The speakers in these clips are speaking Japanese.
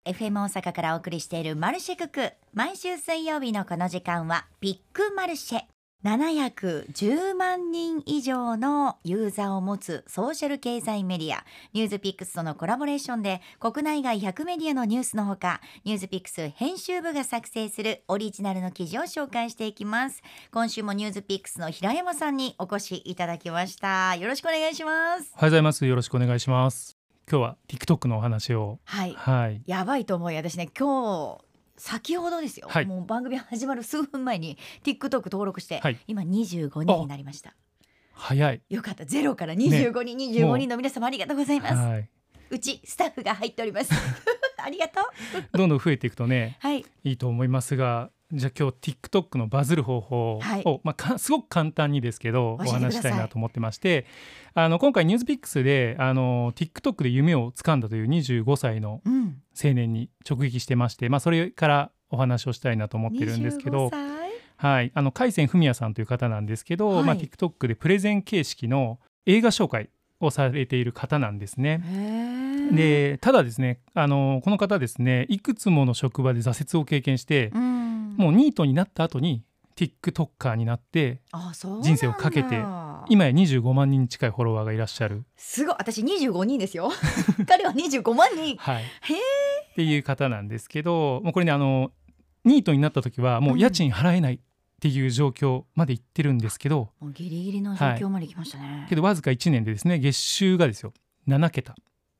FM 大阪からお送りしているマルシェクク。毎週水曜日のこの時間はビッグマルシェ。710万人以上のユーザーを持つソーシャル経済メディアニュースピックスとのコラボレーションで、国内外100メディアのニュースのほか、ニュースピックス編集部が作成するオリジナルの記事を紹介していきます。今週もニュースピックスの平山さんにお越しいただきました。よろしくお願いします。 おはようございます。よろしくお願いします。今日は TikTok のお話を。 はい、 はい、 やばいと思い、私ね、今日先ほどですよ、 はい、 もう番組始まる数分前に TikTok 登録して、 はい、 今25人になりました。 早い。 よかった。0から25人、25人の皆様ありがとうございます。 はい、 うちスタッフが入っておりますありがとうどんどん増えていくとね、 はい、 いいと思いますが、じゃあ今日 TikTok のバズる方法を、 はい、 すごく簡単にですけどお教えてください。 話したいなと思ってまして、今回ニュースピックスでTikTok で夢をつかんだという25歳の青年に直撃してまして、それからお話をしたいなと思ってるんですけど、はい、海鮮文也さんという方なんですけど、 はい、 TikTok でプレゼン形式の映画紹介をされている方なんですね。でただですね、この方ですね、いくつもの職場で挫折を経験して、もうニートになった後に TikToker になって人生をかけて、今や25万人近いフォロワーがいらっしゃる。 すごい。私25人ですよ彼は25万人、 はい、 へーっていう方なんですけど、もうこれね、ニートになった時はもう家賃払えないっていう状況まで行ってるんですけど、 もうギリギリの状況まで来ましたね。 けどわずか1年でですね、月収がですよ7桁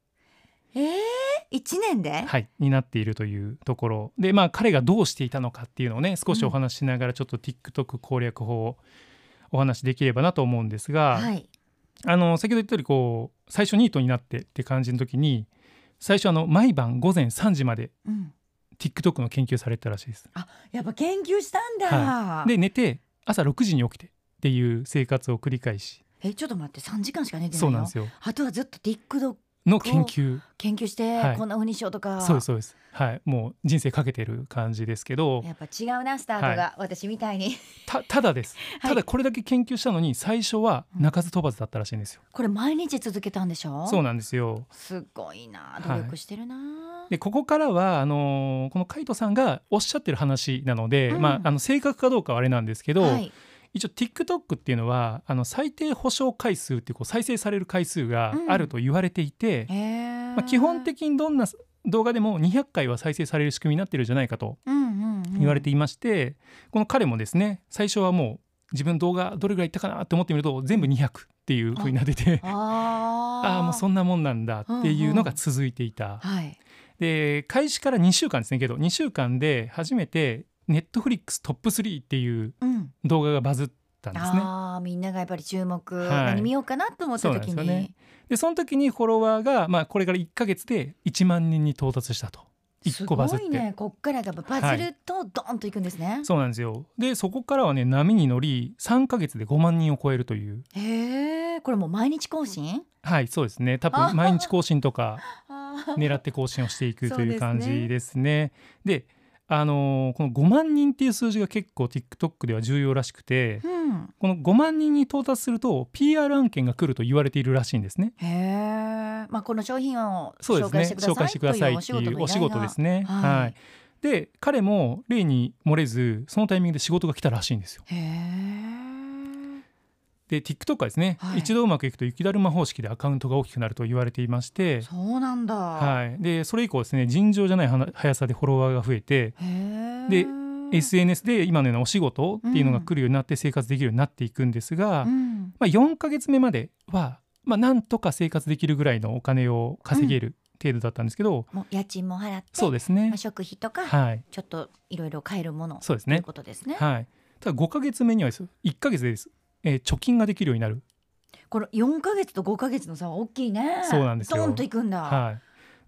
1年で、 はい、になっているというところで、彼がどうしていたのかっていうのをね、少しお話ししながらちょっと TikTok 攻略法をお話しできればなと思うんですが、 はい、 先ほど言ったように最初ニートになってって感じの時に、最初毎晩午前3時まで TikTok の研究されてたらしいです。 やっぱ研究したんだ、 はい、で寝て朝6時に起きてっていう生活を繰り返し。 ちょっと待って、3時間しか寝てないよ。 そうなんですよ。 あとはずっと TikTok の研究して、はい、こんな風にしようとか。 そうですそうです、はい、もう人生かけてる感じですけど、 やっぱ違うなスタートが、はい、私みたいにただです、はい、ただこれだけ研究したのに最初は鳴かず飛ばずだったらしいんですよ。 これ毎日続けたんでしょ。 そうなんですよ。 すごいな、努力してるな、 はい、でここからはこの海人さんがおっしゃってる話なので、正確かどうかはあれなんですけど、はい、一応 TikTok っていうのは最低保証回数っていう再生される回数があると言われていて、基本的にどんな動画でも200回は再生される仕組みになってるんじゃないかと言われていまして、この彼もですね、最初はもう自分動画どれぐらいいったかなって思ってみると全部200っていう風になっててもうそんなもんなんだっていうのが続いていた、はい、で開始から2週間ですね、けど2週間で初めてNetflix トップ3っていう動画がバズったんですね。 みんながやっぱり注目、はい、何見ようかなと思った時に、 でその時にフォロワーが、これから1ヶ月で1万人に到達したと。1個バズって、 すごいね。こっからがバズるとドーンといくんですね、はい、 そうなんですよ。でそこからはね、波に乗り3ヶ月で5万人を超えるという。 へー、これもう毎日更新？ はい、そうですね。多分毎日更新とか狙って更新をしていくという感じですね。でこの5万人っていう数字が結構 TikTok では重要らしくて、この5万人に到達すると PR 案件が来ると言われているらしいんですね。 へー、この商品を紹介してくださいというお仕事ですね。はい、で彼も例に漏れずそのタイミングで仕事が来たらしいんですよ。 へー。 で TikTok はですね、はい、一度うまくいくと雪だるま方式でアカウントが大きくなると言われていまして。 そうなんだ、 はい、でそれ以降ですね、尋常じゃない速さでフォロワーが増えて、で SNS で今のようなお仕事っていうのが来るようになって生活できるようになっていくんですが、4ヶ月目までは、なんとか生活できるぐらいのお金を稼げる程度だったんですけど、 もう家賃も払って、 そうですね、 食費とか、 はい、 ちょっといろいろ買えるもの、 そうですね、 ということですね。 はい、ただ5ヶ月目にはです1ヶ月でです、貯金ができるようになる。 この4ヶ月と5ヶ月の差は大きいね。 そうなんですよ。 ドンといくんだ、 はい、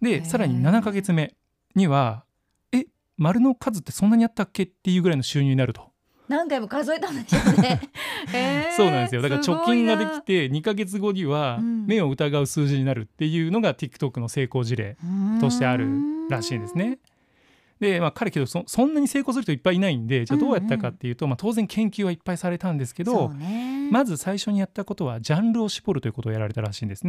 でさらに7ヶ月目には丸の数ってそんなにあったっけっていうぐらいの収入になると。 何回も数えたんでしょうねそうなんですよ。だから貯金ができて2ヶ月後には目を疑う数字になるっていうのが TikTok の成功事例としてあるらしいんですね。で、彼けど そんなに成功する人いっぱいいないんで、じゃあどうやったかっていうと、当然研究はいっぱいされたんですけど、まず最初にやったことはジャンルを絞るということをやられたらしいんですね。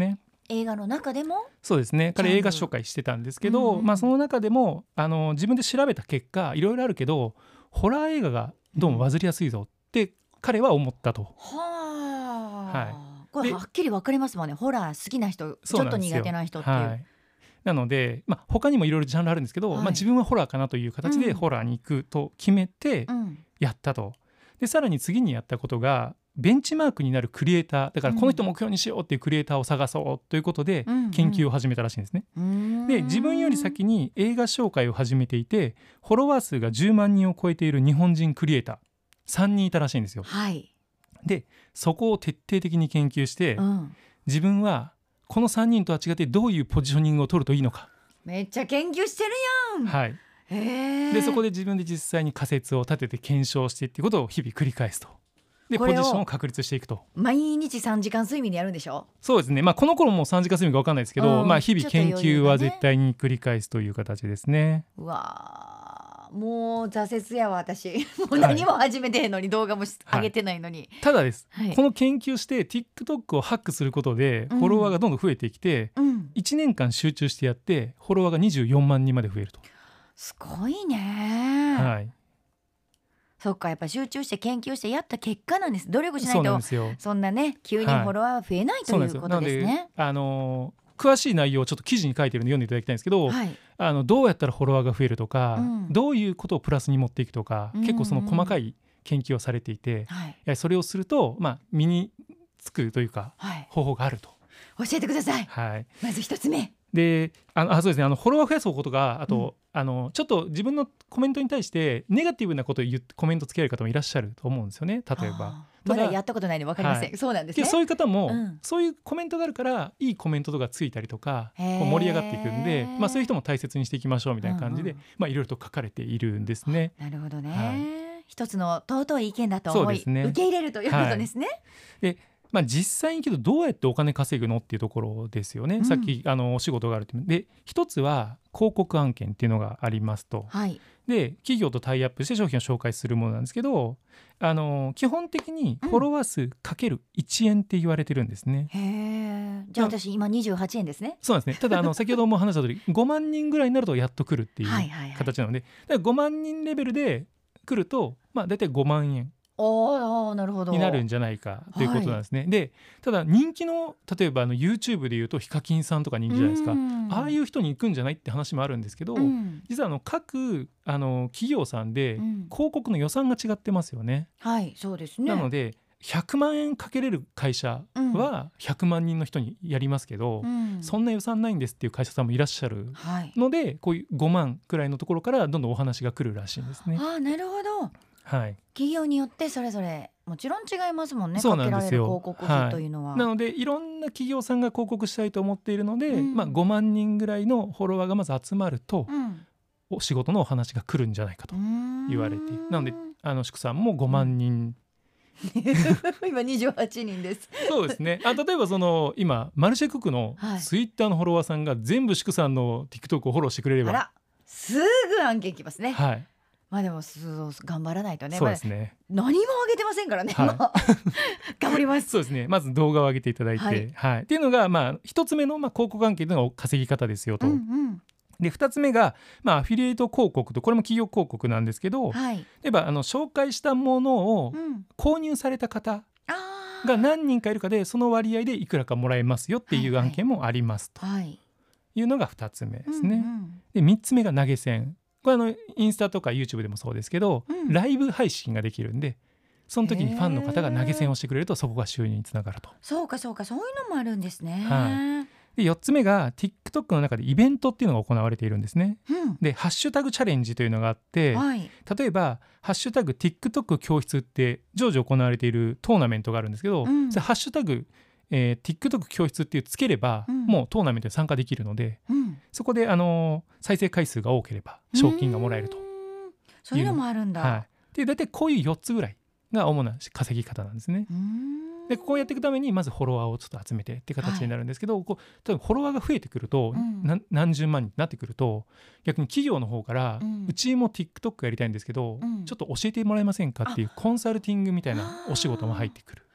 映画の中でもそうですね、彼映画紹介してたんですけど、その中でも自分で調べた結果いろいろあるけどホラー映画がどうもバズりやすいぞって彼は思ったと。 これはっきり分かりますもんね。ホラー好きな人ちょっと苦手な人っていう。 なので、他にもいろいろジャンルあるんですけど、自分はホラーかなという形でホラーに行くと決めてやったと。でさらに次にやったことがベンチマークになるクリエイターだから、この人を目標にしようっていうクリエイターを探そうということで研究を始めたらしいんですね。で自分より先に映画紹介を始めていてフォロワー数が10万人を超えている日本人クリエイター3人いたらしいんですよ。でそこを徹底的に研究して、自分はこの3人とは違ってどういうポジショニングを取るといいのか。 めっちゃ研究してるやん。 でそこで自分で実際に仮説を立てて検証してっていうことを日々繰り返すと。でポジションを確立していくと。 毎日3時間睡眠でやるんでしょ。 そうですね、この頃も3時間睡眠か分かんないですけど、日々研究は絶対に繰り返すという形ですね。 うわもう挫折やわ私。もう何も始めてへんのに、動画も上げてないのに。 ただです、この研究して TikTok をハックすることでフォロワーがどんどん増えてきて、1年間集中してやってフォロワーが24万人まで増えると。 すごいね。そっか、やっぱ集中して研究してやった結果なんです。努力しないと そんなね急にフォロワーは増えないということですね。 詳しい内容をちょっと記事に書いてるので読んでいただきたいんですけど、どうやったらフォロワーが増えるとか、どういうことをプラスに持っていくとか、結構その細かい研究をされていて、それをすると、身につくというか、方法があると。 教えてください。まず一つ目でそうですね、フォロワー増やすことがちょっと自分のコメントに対してネガティブなことを言ってコメントつける方もいらっしゃると思うんですよね。例えばまだやったことないんで分かりません。そうなんですね。 そういう方も、そういうコメントがあるからいいコメントとかついたりとか盛り上がっていくんで、そういう人も大切にしていきましょうみたいな感じで、いろいろと書かれているんですね。 なるほどね、一つの尊い意見だと思い、受け入れるということですね。 で実際にけどどうやってお金稼ぐのっていうところですよね。さっきお仕事があるってで、一つは広告案件っていうのがありますと。で企業とタイアップして商品を紹介するものなんですけど、基本的にフォロワー数かける1円って言われてるんですね。 じゃあ私今28円ですね。 そうなんですね。ただ先ほども話した通り5万人ぐらいになるとやっと来るっていう形なので、だから5万人レベルで来るとだいたい5万円なるほどになるんじゃないかということなんですね。でただ人気の例えばYouTube でいうとヒカキンさんとか人気じゃないですか。ああいう人に行くんじゃないって話もあるんですけど、実は各企業さんで広告の予算が違ってますよね。 そうですね。 なので100万円かけれる会社は100万人の人にやりますけど、そんな予算ないんですっていう会社さんもいらっしゃるので、こういう5万くらいのところからどんどんお話が来るらしいんですね。 なるほど。企業によってそれぞれもちろん違いますもんね。 そうなんですよ。 かけられる広告費というのは、 なのでいろんな企業さんが広告したいと思っているので、5万人ぐらいのフォロワーがまず集まると、お仕事のお話が来るんじゃないかと言われている。なので祝さんも5万人今28人です。 そうですね。例えば今マルシェクックのツイッターのフォロワーさんが全部祝さんの TikTok をフォローしてくれれば、 すぐ案件きますね。でも頑張らないとね。 そうですね。 何も上げてませんからね。頑張ります。 そうですね。まず動画を上げていただいて、っていうのが一つ目の広告関係の稼ぎ方ですよと。で2つ目が、アフィリエイト広告と、これも企業広告なんですけど、例えば紹介したものを購入された方が何人かいるかで、その割合でいくらかもらえますよっていう案件もありますというのが2つ目ですね。で3つ目が投げ銭。これインスタとか YouTube でもそうですけど、ライブ配信ができるんで、その時にファンの方が投げ銭をしてくれると、そこが収入につながると。 そうかそういうのもあるんですね。 で4つ目が TikTok の中でイベントっていうのが行われているんですね。でハッシュタグチャレンジというのがあって、例えばハッシュタグ TikTok 教室って常時行われているトーナメントがあるんですけど、それハッシュタグTikTok 教室っていうつければ、もうトーナメントに参加できるので、そこで再生回数が多ければ賞金がもらえると。 そういうのもあるんだ。 で大体こういう4つぐらいが主な稼ぎ方なんですね。でこうやっていくためにまずフォロワーをちょっと集めてって形になるんですけど、例えばフォロワーが増えてくると、何十万人になってくると、逆に企業の方から、うちも TikTok やりたいんですけど、ちょっと教えてもらえませんかっていうコンサルティングみたいなお仕事も入ってくる。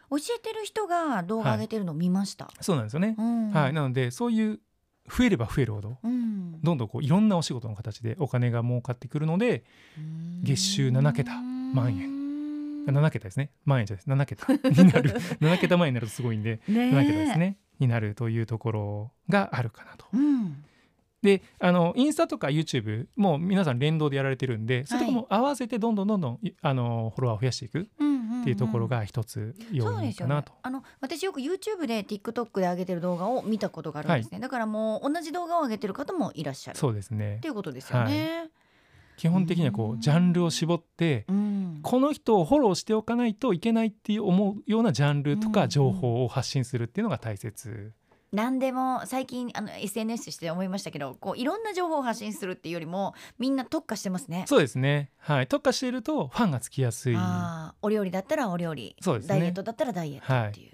教えてる人が動画上げてるのを見ました。 そうなんですよね、はい、なのでそういう増えれば増えるほど、どんどんこういろんなお仕事の形でお金が儲かってくるので、月収7桁万円、7桁ですね、万円じゃないです、7桁になる7桁万円になるとすごいんで、7桁ですねになるというところがあるかなと。でインスタとか YouTube も皆さん連動でやられてるんで、そういうところも合わせてどんどんフォロワーを増やしていくっていうところが一つ要因かなと。 私よく YouTube で TikTok で上げてる動画を見たことがあるんですね、だからもう同じ動画を上げてる方もいらっしゃる。 そうですねっていうことですよね、 基本的にはこうジャンルを絞って、この人をフォローしておかないといけないって思うようなジャンルとか情報を発信するっていうのが大切。 何でも最近SNS して思いましたけど、こういろんな情報を発信するっていうよりもみんな特化してますね。 そうですね、はい、特化しているとファンがつきやすい。 お料理だったらお料理、そうですね、ダイエットだったらダイエットっていう、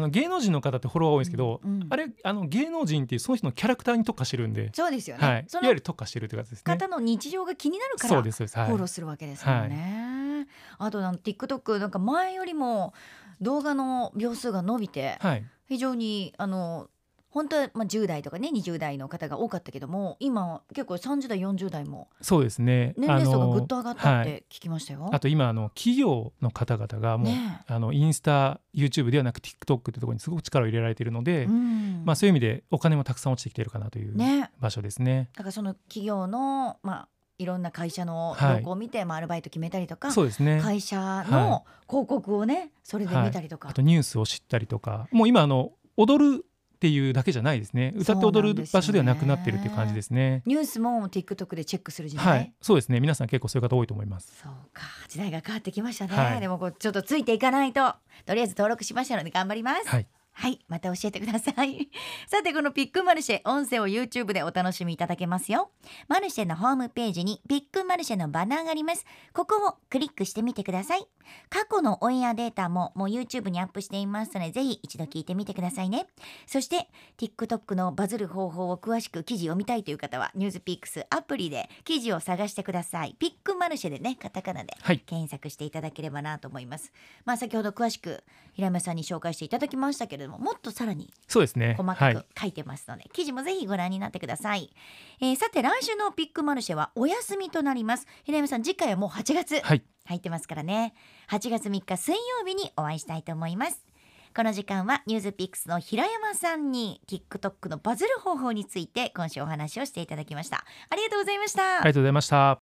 芸能人の方ってフォロワー多いんですけど、あれ芸能人っていうその人のキャラクターに特化してるんで、 そうですよね、いわゆる特化してるというやつですね。 方の日常が気になるからフォローするわけですよね、あとTikTok なんか前よりも動画の秒数が伸びて、非常に本当は10代とかね20代の方が多かったけども、今結構30代40代もそうですね、 年齢層がぐっと上がったって聞きましたよ。 あと今企業の方々がもう、インスタ YouTube ではなく TikTok ってところにすごく力を入れられているので、そういう意味でお金もたくさん落ちてきているかなという場所ですね。 だからその企業のいろんな会社の動向を見て、アルバイト決めたりとか、 そうですね、 会社の広告をね、それで見たりとか、 あとニュースを知ったりとか、もう今踊るっていうだけじゃないですね、歌って踊る場所ではなくなっているっていう感じですね。 ニュースも TikTok でチェックする時代、 そうですね、皆さん結構そういう方多いと思います。 そうか、時代が変わってきましたね、でもちょっとついていかないと。とりあえず登録しましたので頑張ります。はい、また教えてくださいさて、このピックマルシェ、音声を YouTube でお楽しみいただけますよ。マルシェのホームページにピックマルシェのバナーがあります。ここをクリックしてみてください。過去のオンエアデータももう YouTube にアップしていますので、ぜひ一度聞いてみてくださいね。そして TikTok のバズる方法を詳しく記事読みたいという方はニュースピックスアプリで記事を探してください。ピックマルシェでね、カタカナで検索していただければなと思います。先ほど詳しく平山さんに紹介していただきましたけれども、もっとさらに細かく書いてますので、記事もぜひご覧になってください。さて、来週のピックマルシェはお休みとなります。平山さん、次回はもう8月、入ってますからね。8月3日水曜日にお会いしたいと思います。この時間はニュースピックスの平山さんに TikTok のバズる方法について今週お話をしていただきました。ありがとうございました。 ありがとうございました。